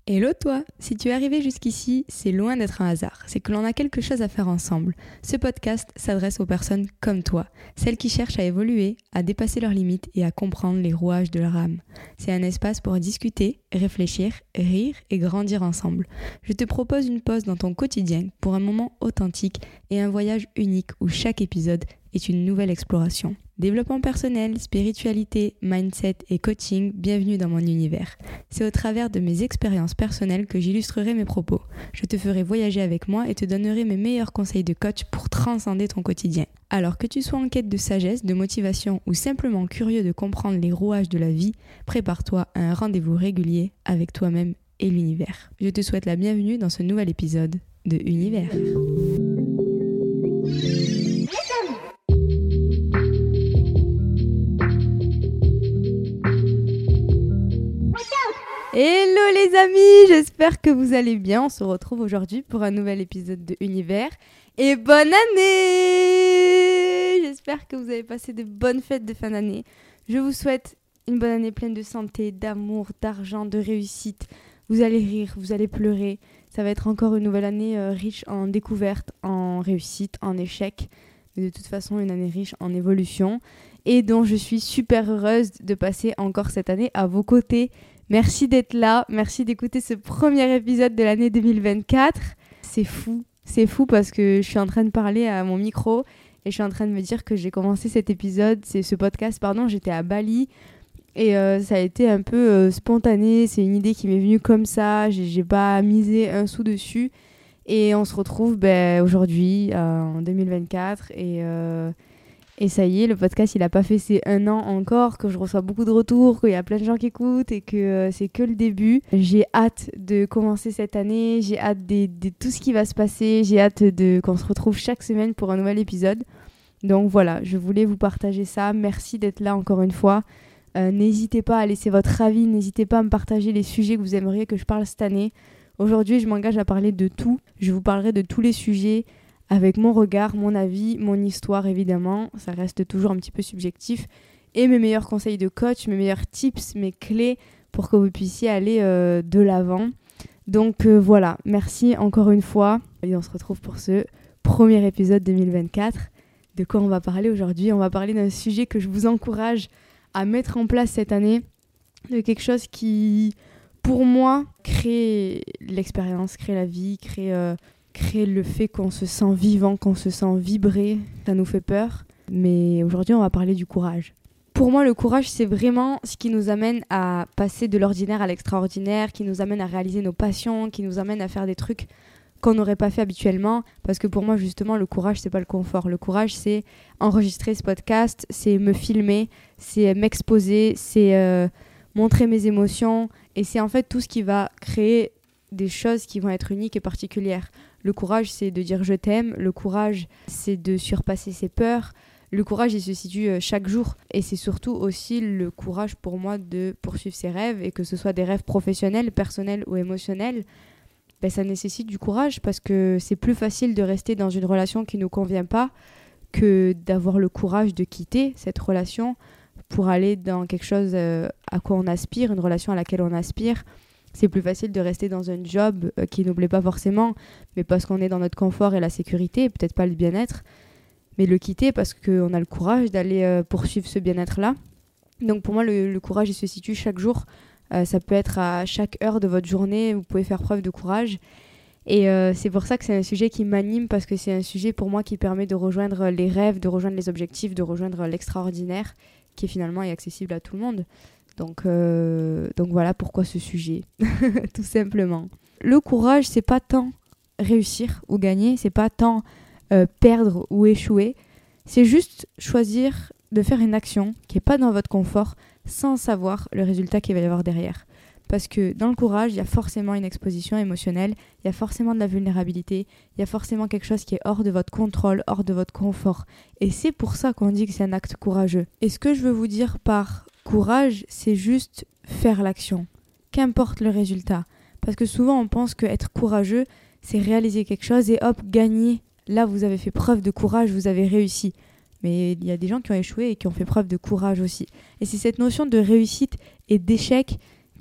Hello toi! Si tu es arrivé jusqu'ici, c'est loin d'être un hasard, c'est que l'on a quelque chose à faire ensemble. Ce podcast s'adresse aux personnes comme toi, celles qui cherchent à évoluer, à dépasser leurs limites et à comprendre les rouages de leur âme. C'est un espace pour discuter, réfléchir, rire et grandir ensemble. Je te propose une pause dans ton quotidien pour un moment authentique et un voyage unique où chaque épisode est une nouvelle exploration. Développement personnel, spiritualité, mindset et coaching, bienvenue dans mon univers. C'est au travers de mes expériences personnelles que j'illustrerai mes propos. Je te ferai voyager avec moi et te donnerai mes meilleurs conseils de coach pour transcender ton quotidien. Alors que tu sois en quête de sagesse, de motivation ou simplement curieux de comprendre les rouages de la vie, prépare-toi à un rendez-vous régulier avec toi-même et l'univers. Je te souhaite la bienvenue dans ce nouvel épisode de Univers. Hello les amis, j'espère que vous allez bien. On se retrouve aujourd'hui pour un nouvel épisode de Univers. Et bonne année! J'espère que vous avez passé de bonnes fêtes de fin d'année. Je vous souhaite une bonne année pleine de santé, d'amour, d'argent, de réussite. Vous allez rire, vous allez pleurer. Ça va être encore une nouvelle année riche en découvertes, en réussite, en échecs. Mais de toute façon, une année riche en évolution. Et dont je suis super heureuse de passer encore cette année à vos côtés. Merci d'être là, merci d'écouter ce premier épisode de l'année 2024. C'est fou parce que je suis en train de parler à mon micro et je suis en train de me dire que j'ai commencé ce podcast, j'étais à Bali et ça a été un peu spontané, c'est une idée qui m'est venue comme ça, j'ai pas misé un sou dessus et on se retrouve aujourd'hui en 2024 et ça y est, le podcast, il a pas fait ses 1 an encore, que je reçois beaucoup de retours, qu'il y a plein de gens qui écoutent et que c'est que le début. J'ai hâte de commencer cette année, j'ai hâte de tout ce qui va se passer, j'ai hâte qu'on se retrouve chaque semaine pour un nouvel épisode. Donc voilà, je voulais vous partager ça. Merci d'être là encore une fois. N'hésitez pas à laisser votre avis, n'hésitez pas à me partager les sujets que vous aimeriez que je parle cette année. Aujourd'hui, je m'engage à parler de tout. Je vous parlerai de tous les sujets. Avec mon regard, mon avis, mon histoire évidemment, ça reste toujours un petit peu subjectif, et mes meilleurs conseils de coach, mes meilleurs tips, mes clés pour que vous puissiez aller de l'avant. Donc voilà, merci encore une fois, et on se retrouve pour ce premier épisode 2024. De quoi on va parler aujourd'hui? On va parler d'un sujet que je vous encourage à mettre en place cette année, de quelque chose qui, pour moi, crée l'expérience, crée la vie, crée le fait qu'on se sent vivant, qu'on se sent vibrer, ça nous fait peur. Mais aujourd'hui, on va parler du courage. Pour moi, le courage, c'est vraiment ce qui nous amène à passer de l'ordinaire à l'extraordinaire, qui nous amène à réaliser nos passions, qui nous amène à faire des trucs qu'on n'aurait pas fait habituellement. Parce que pour moi, justement, le courage, c'est pas le confort. Le courage, c'est enregistrer ce podcast, c'est me filmer, c'est m'exposer, c'est montrer mes émotions. Et c'est en fait tout ce qui va créer des choses qui vont être uniques et particulières. Le courage, c'est de dire je t'aime. Le courage, c'est de surpasser ses peurs. Le courage, il se situe chaque jour. Et c'est surtout aussi le courage pour moi de poursuivre ses rêves, et que ce soit des rêves professionnels, personnels ou émotionnels. Ça nécessite du courage parce que c'est plus facile de rester dans une relation qui ne nous convient pas que d'avoir le courage de quitter cette relation pour aller dans quelque chose à quoi on aspire, une relation à laquelle on aspire. C'est plus facile de rester dans un job qui nous plaît pas forcément, mais parce qu'on est dans notre confort et la sécurité, peut-être pas le bien-être, mais le quitter parce qu'on a le courage d'aller poursuivre ce bien-être-là. Donc pour moi, le courage, il se situe chaque jour. Ça peut être à chaque heure de votre journée, vous pouvez faire preuve de courage. Et c'est pour ça que c'est un sujet qui m'anime, parce que c'est un sujet pour moi qui permet de rejoindre les rêves, de rejoindre les objectifs, de rejoindre l'extraordinaire, qui finalement est accessible à tout le monde. Donc voilà pourquoi ce sujet, tout simplement. Le courage, c'est pas tant réussir ou gagner, c'est pas tant perdre ou échouer, c'est juste choisir de faire une action qui est pas dans votre confort sans savoir le résultat qu'il va y avoir derrière. Parce que dans le courage, il y a forcément une exposition émotionnelle, il y a forcément de la vulnérabilité, il y a forcément quelque chose qui est hors de votre contrôle, hors de votre confort. Et c'est pour ça qu'on dit que c'est un acte courageux. Et ce que je veux vous dire par courage, c'est juste faire l'action, qu'importe le résultat. Parce que souvent, on pense qu'être courageux, c'est réaliser quelque chose et hop, gagner. Là, vous avez fait preuve de courage, vous avez réussi. Mais il y a des gens qui ont échoué et qui ont fait preuve de courage aussi. Et c'est cette notion de réussite et d'échec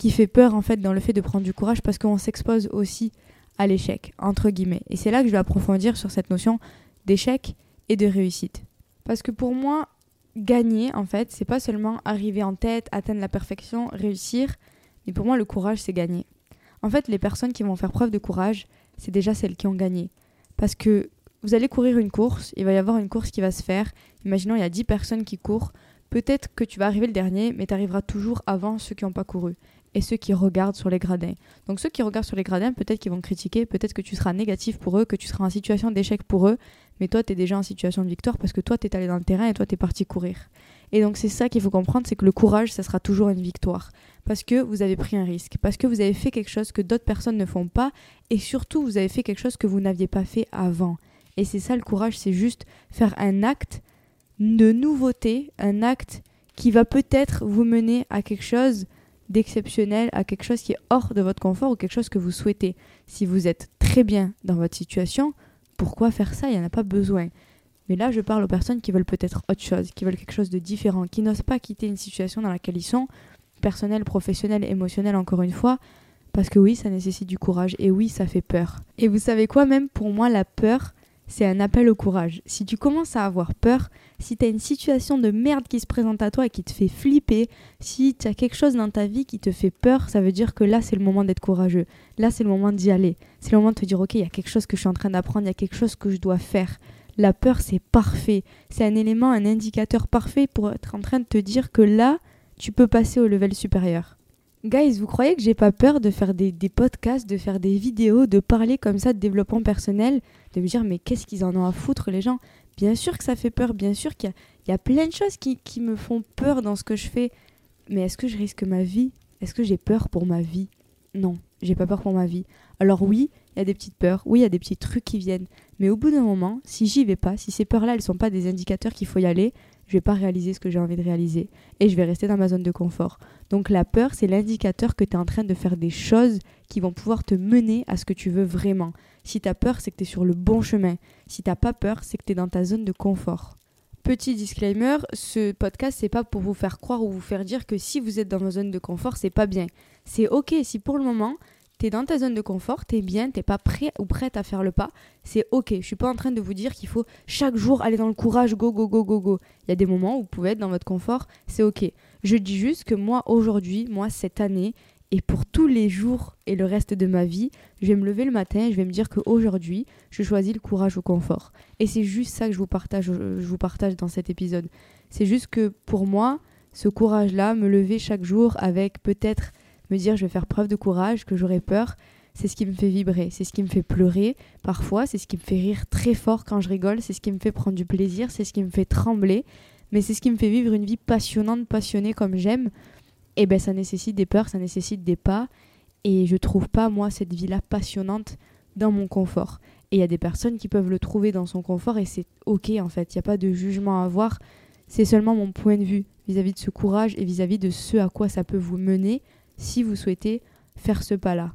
qui fait peur en fait dans le fait de prendre du courage parce qu'on s'expose aussi à l'échec, entre guillemets. Et c'est là que je vais approfondir sur cette notion d'échec et de réussite. Parce que pour moi, gagner, en fait, c'est pas seulement arriver en tête, atteindre la perfection, réussir, mais pour moi, le courage, c'est gagner. En fait, les personnes qui vont faire preuve de courage, c'est déjà celles qui ont gagné. Parce que vous allez courir une course, il va y avoir une course qui va se faire. Imaginons, il y a 10 personnes qui courent. Peut-être que tu vas arriver le dernier, mais tu arriveras toujours avant ceux qui n'ont pas couru et ceux qui regardent sur les gradins. Donc ceux qui regardent sur les gradins, peut-être qu'ils vont critiquer, peut-être que tu seras négatif pour eux, que tu seras en situation d'échec pour eux, mais toi, tu es déjà en situation de victoire parce que toi, tu es allé dans le terrain et toi, tu es parti courir. Et donc c'est ça qu'il faut comprendre, c'est que le courage, ça sera toujours une victoire. Parce que vous avez pris un risque, parce que vous avez fait quelque chose que d'autres personnes ne font pas, et surtout, vous avez fait quelque chose que vous n'aviez pas fait avant. Et c'est ça le courage, c'est juste faire un acte de nouveauté, un acte qui va peut-être vous mener à quelque chose d'exceptionnel, à quelque chose qui est hors de votre confort ou quelque chose que vous souhaitez. Si vous êtes très bien dans votre situation, pourquoi faire ça ? Il n'y en a pas besoin. Mais là, je parle aux personnes qui veulent peut-être autre chose, qui veulent quelque chose de différent, qui n'osent pas quitter une situation dans laquelle ils sont, personnelle, professionnelle, émotionnelle, encore une fois, parce que oui, ça nécessite du courage et oui, ça fait peur. Et vous savez quoi, même pour moi, la peur, c'est un appel au courage. Si tu commences à avoir peur, si tu as une situation de merde qui se présente à toi et qui te fait flipper, si tu as quelque chose dans ta vie qui te fait peur, ça veut dire que là, c'est le moment d'être courageux. Là, c'est le moment d'y aller. C'est le moment de te dire, ok, il y a quelque chose que je suis en train d'apprendre, il y a quelque chose que je dois faire. La peur, c'est parfait. C'est un élément, un indicateur parfait pour être en train de te dire que là, tu peux passer au level supérieur. Guys, vous croyez que j'ai pas peur de faire des podcasts, de faire des vidéos, de parler comme ça de développement personnel, de me dire mais qu'est-ce qu'ils en ont à foutre les gens ? Bien sûr que ça fait peur, bien sûr qu'il y a plein de choses qui me font peur dans ce que je fais. Mais est-ce que je risque ma vie ? Est-ce que j'ai peur pour ma vie ? Non, j'ai pas peur pour ma vie. Alors oui, il y a des petites peurs, oui, il y a des petits trucs qui viennent. Mais au bout d'un moment, si j'y vais pas, si ces peurs-là, elles sont pas des indicateurs qu'il faut y aller, je vais pas réaliser ce que j'ai envie de réaliser. Et je vais rester dans ma zone de confort. Donc la peur, c'est l'indicateur que tu es en train de faire des choses qui vont pouvoir te mener à ce que tu veux vraiment. Si tu as peur, c'est que tu es sur le bon chemin. Si tu n'as pas peur, c'est que tu es dans ta zone de confort. Petit disclaimer, ce podcast, c'est pas pour vous faire croire ou vous faire dire que si vous êtes dans votre zone de confort, c'est pas bien. C'est ok si pour le moment, t'es dans ta zone de confort, t'es bien, t'es pas prêt ou prête à faire le pas, c'est ok. Je suis pas en train de vous dire qu'il faut chaque jour aller dans le courage, go, go, go, go, go. Il y a des moments où vous pouvez être dans votre confort, c'est ok. Je dis juste que moi, aujourd'hui, cette année, et pour tous les jours et le reste de ma vie, je vais me lever le matin et je vais me dire qu'aujourd'hui, je choisis le courage au confort. Et c'est juste ça que je vous partage dans cet épisode. C'est juste que pour moi, ce courage-là, me lever chaque jour avec peut-être me dire je vais faire preuve de courage, que j'aurai peur, c'est ce qui me fait vibrer, c'est ce qui me fait pleurer parfois, c'est ce qui me fait rire très fort quand je rigole, c'est ce qui me fait prendre du plaisir, c'est ce qui me fait trembler, mais c'est ce qui me fait vivre une vie passionnante, passionnée comme j'aime. Et ben ça nécessite des peurs, ça nécessite des pas, et je trouve pas moi cette vie-là passionnante dans mon confort. Et il y a des personnes qui peuvent le trouver dans son confort et c'est ok en fait, il n'y a pas de jugement à avoir, c'est seulement mon point de vue vis-à-vis de ce courage et vis-à-vis de ce à quoi ça peut vous mener si vous souhaitez faire ce pas-là.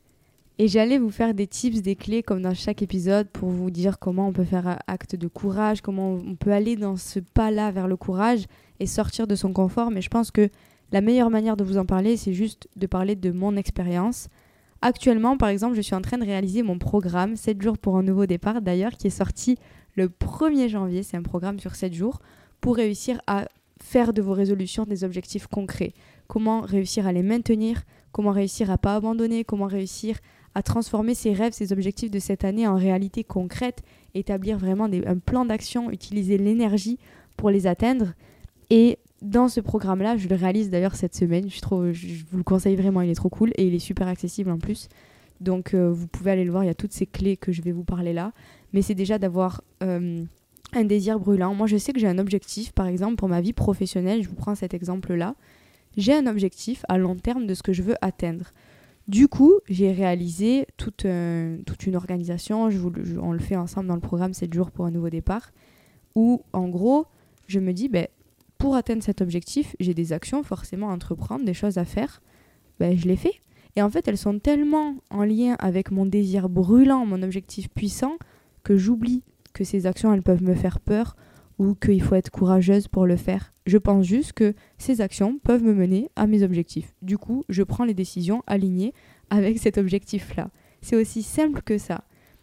Et j'allais vous faire des tips, des clés comme dans chaque épisode pour vous dire comment on peut faire un acte de courage, comment on peut aller dans ce pas-là vers le courage et sortir de son confort, mais je pense que la meilleure manière de vous en parler, c'est juste de parler de mon expérience. Actuellement, par exemple, je suis en train de réaliser mon programme 7 jours pour un nouveau départ, d'ailleurs, qui est sorti le 1er janvier. C'est un programme sur 7 jours pour réussir à faire de vos résolutions des objectifs concrets. Comment réussir à les maintenir, comment réussir à ne pas abandonner, comment réussir à transformer ses rêves, ses objectifs de cette année en réalité concrète, établir vraiment un plan d'action, utiliser l'énergie pour les atteindre. Et dans ce programme-là, je le réalise d'ailleurs cette semaine, je vous le conseille vraiment, il est trop cool et il est super accessible en plus. Donc vous pouvez aller le voir, il y a toutes ces clés que je vais vous parler là. Mais c'est déjà d'avoir un désir brûlant. Moi je sais que j'ai un objectif, par exemple pour ma vie professionnelle, je vous prends cet exemple-là. J'ai un objectif à long terme de ce que je veux atteindre. Du coup, j'ai réalisé toute une organisation, on le fait ensemble dans le programme 7 jours pour un nouveau départ, où en gros, je me dis, pour atteindre cet objectif, j'ai des actions forcément à entreprendre, des choses à faire, je les fais. Et en fait, elles sont tellement en lien avec mon désir brûlant, mon objectif puissant, que j'oublie que ces actions, elles peuvent me faire peur ou qu'il faut être courageuse pour le faire. Je pense juste que ces actions peuvent me mener à mes objectifs. Du coup, je prends les décisions alignées avec cet objectif-là. C'est aussi simple que ça.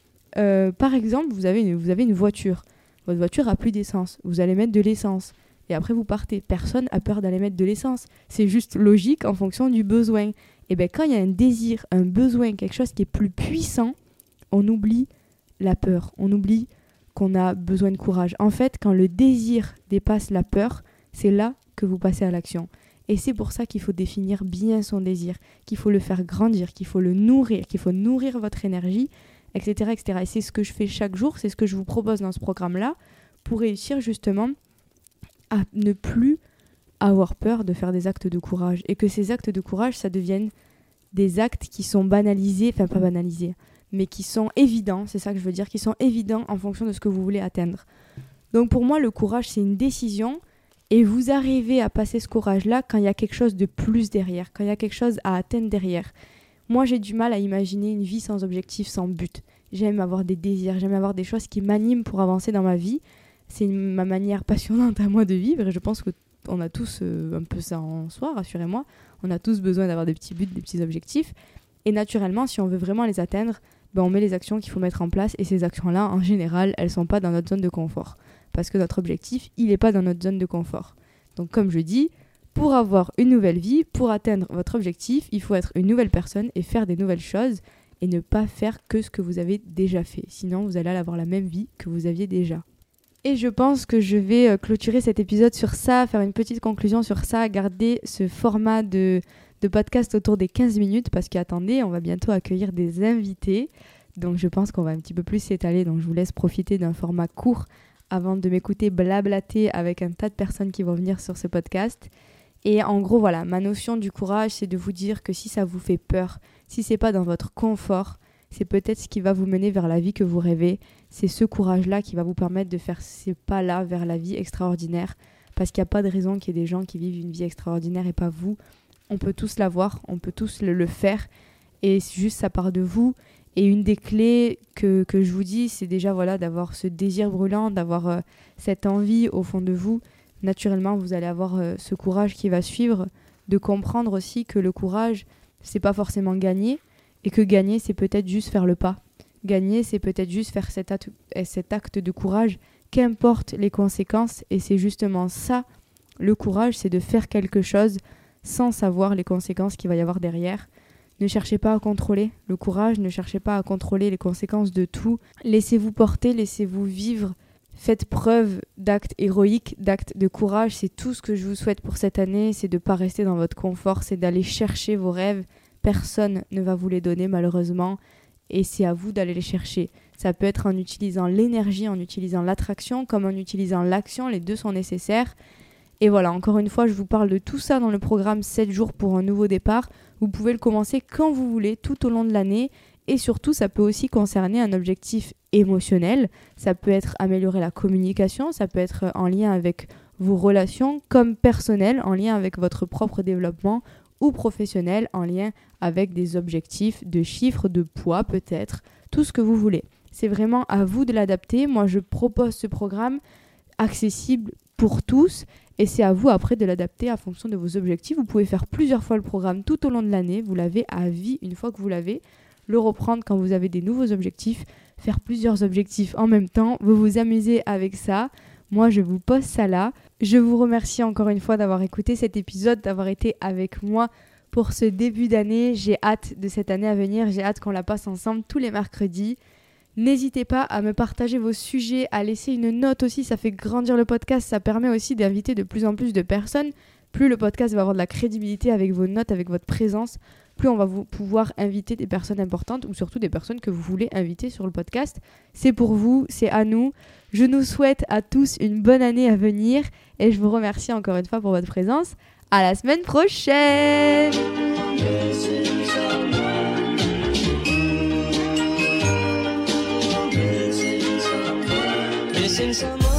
Par exemple, vous avez une voiture. Votre voiture a plus d'essence. Vous allez mettre de l'essence. Et après, vous partez. Personne n'a peur d'aller mettre de l'essence. C'est juste logique en fonction du besoin. Et bien, quand il y a un désir, un besoin, quelque chose qui est plus puissant, on oublie la peur. On oublie qu'on a besoin de courage. En fait, quand le désir dépasse la peur, c'est là que vous passez à l'action. Et c'est pour ça qu'il faut définir bien son désir, qu'il faut le faire grandir, qu'il faut le nourrir, qu'il faut nourrir votre énergie, etc., etc. Et c'est ce que je fais chaque jour, c'est ce que je vous propose dans ce programme-là, pour réussir justement à ne plus avoir peur de faire des actes de courage. Et que ces actes de courage, ça devienne des actes qui sont banalisés, enfin pas banalisés, mais qui sont évidents, c'est ça que je veux dire, qui sont évidents en fonction de ce que vous voulez atteindre. Donc pour moi, le courage, c'est une décision, et vous arrivez à passer ce courage-là quand il y a quelque chose de plus derrière, quand il y a quelque chose à atteindre derrière. Moi, j'ai du mal à imaginer une vie sans objectif, sans but. J'aime avoir des désirs, j'aime avoir des choses qui m'animent pour avancer dans ma vie. C'est ma manière passionnante à moi de vivre, et je pense qu'on a tous un peu ça en soi, rassurez-moi. On a tous besoin d'avoir des petits buts, des petits objectifs. Et naturellement, si on veut vraiment les atteindre, on met les actions qu'il faut mettre en place. Et ces actions-là, en général, elles ne sont pas dans notre zone de confort. Parce que notre objectif, il n'est pas dans notre zone de confort. Donc comme je dis, pour avoir une nouvelle vie, pour atteindre votre objectif, il faut être une nouvelle personne et faire des nouvelles choses et ne pas faire que ce que vous avez déjà fait. Sinon, vous allez avoir la même vie que vous aviez déjà. Et je pense que je vais clôturer cet épisode sur ça, faire une petite conclusion sur ça, garder ce format de podcast autour des 15 minutes parce qu'attendez, on va bientôt accueillir des invités. Donc je pense qu'on va un petit peu plus s'étaler, donc je vous laisse profiter d'un format court avant de m'écouter blablater avec un tas de personnes qui vont venir sur ce podcast. Et en gros, voilà, ma notion du courage, c'est de vous dire que si ça vous fait peur, si c'est pas dans votre confort, c'est peut-être ce qui va vous mener vers la vie que vous rêvez. C'est ce courage-là qui va vous permettre de faire ces pas-là vers la vie extraordinaire. Parce qu'il n'y a pas de raison qu'il y ait des gens qui vivent une vie extraordinaire et pas vous. On peut tous l'avoir, on peut tous le faire. Et c'est juste, ça part de vous. Et une des clés que je vous dis, c'est déjà voilà, d'avoir ce désir brûlant, d'avoir cette envie au fond de vous. Naturellement, vous allez avoir ce courage qui va suivre, de comprendre aussi que le courage, c'est pas forcément gagner, et que gagner, c'est peut-être juste faire le pas. Gagner, c'est peut-être juste faire cet acte de courage, qu'importe les conséquences, et c'est justement ça, le courage, c'est de faire quelque chose sans savoir les conséquences qu'il va y avoir derrière. Ne cherchez pas à contrôler le courage, ne cherchez pas à contrôler les conséquences de tout. Laissez-vous porter, laissez-vous vivre. Faites preuve d'actes héroïques, d'actes de courage. C'est tout ce que je vous souhaite pour cette année. C'est de ne pas rester dans votre confort, c'est d'aller chercher vos rêves. Personne ne va vous les donner malheureusement. Et c'est à vous d'aller les chercher. Ça peut être en utilisant l'énergie, en utilisant l'attraction, comme en utilisant l'action. Les deux sont nécessaires. Et voilà, encore une fois, je vous parle de tout ça dans le programme 7 jours pour un nouveau départ. Vous pouvez le commencer quand vous voulez, tout au long de l'année. Et surtout, ça peut aussi concerner un objectif émotionnel. Ça peut être améliorer la communication, ça peut être en lien avec vos relations, comme personnel, en lien avec votre propre développement, ou professionnel, en lien avec des objectifs de chiffres, de poids peut-être, tout ce que vous voulez. C'est vraiment à vous de l'adapter. Moi, je propose ce programme accessible pour tous. Et c'est à vous après de l'adapter en fonction de vos objectifs. Vous pouvez faire plusieurs fois le programme tout au long de l'année. Vous l'avez à vie une fois que vous l'avez. Le reprendre quand vous avez des nouveaux objectifs. Faire plusieurs objectifs en même temps. Vous vous amusez avec ça. Moi, je vous pose ça là. Je vous remercie encore une fois d'avoir écouté cet épisode, d'avoir été avec moi pour ce début d'année. J'ai hâte de cette année à venir. J'ai hâte qu'on la passe ensemble tous les mercredis. N'hésitez pas à me partager vos sujets, à laisser une note aussi, ça fait grandir le podcast, ça permet aussi d'inviter de plus en plus de personnes. Plus le podcast va avoir de la crédibilité avec vos notes, avec votre présence, plus on va pouvoir inviter des personnes importantes ou surtout des personnes que vous voulez inviter sur le podcast. C'est pour vous, c'est à nous. Je nous souhaite à tous une bonne année à venir et je vous remercie encore une fois pour votre présence. À la semaine prochaine! Missing someone